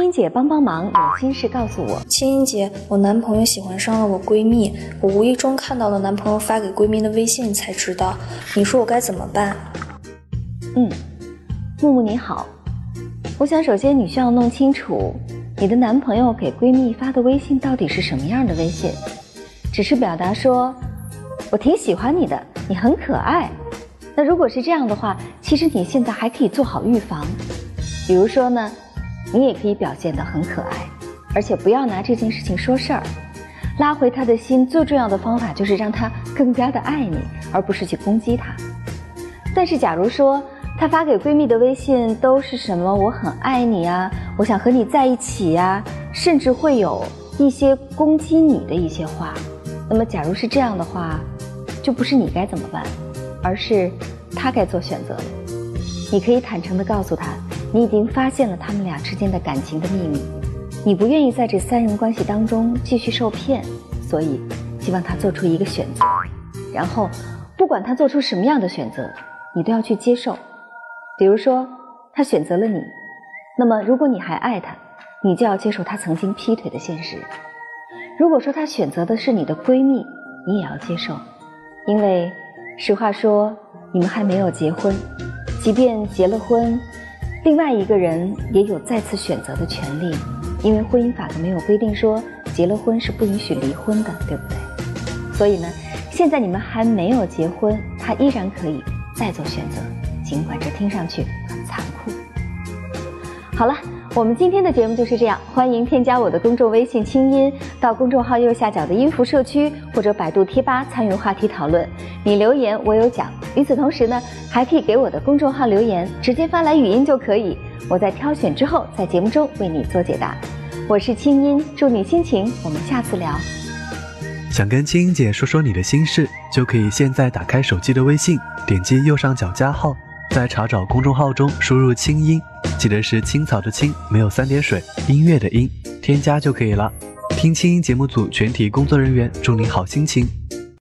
音姐帮帮忙，有心事告诉我。 青音姐，我男朋友喜欢上了我闺蜜，我无意中看到了男朋友发给闺蜜的微信才知道，你说我该怎么办？ 木木你好，我想首先你需要弄清楚你的男朋友给闺蜜发的微信到底是什么样的微信，只是表达说我挺喜欢你的，你很可爱。那如果是这样的话，其实你现在还可以做好预防，比如说呢，你也可以表现得很可爱，而且不要拿这件事情说事儿，拉回他的心最重要的方法就是让他更加的爱你，而不是去攻击他。但是假如说她发给闺蜜的微信都是什么我很爱你啊，我想和你在一起啊，甚至会有一些攻击你的一些话，那么假如是这样的话，就不是你该怎么办，而是她该做选择了。你可以坦诚地告诉她，你已经发现了他们俩之间的感情的秘密，你不愿意在这三人关系当中继续受骗，所以希望她做出一个选择，然后不管她做出什么样的选择，你都要去接受。比如说他选择了你，那么如果你还爱他，你就要接受他曾经劈腿的现实。如果说他选择的是你的闺蜜，你也要接受，因为实话说你们还没有结婚，即便结了婚，另外一个人也有再次选择的权利，因为婚姻法则没有规定说结了婚是不允许离婚的，对不对？所以呢，现在你们还没有结婚，他依然可以再做选择，尽管这听上去很残酷。好了，我们今天的节目就是这样，欢迎添加我的公众微信清音，到公众号右下角的音符社区或者百度贴吧参与话题讨论，你留言我有奖。与此同时呢，还可以给我的公众号留言，直接发来语音就可以，我在挑选之后在节目中为你做解答。我是清音，祝你心情，我们下次聊。 想跟青音姐说说你的心事，就可以现在打开手机的微信，点击右上角加号，在查找公众号中输入青音，记得是青草的青，没有三点水，音乐的音，添加就可以了。听青音节目组全体工作人员祝你好心情，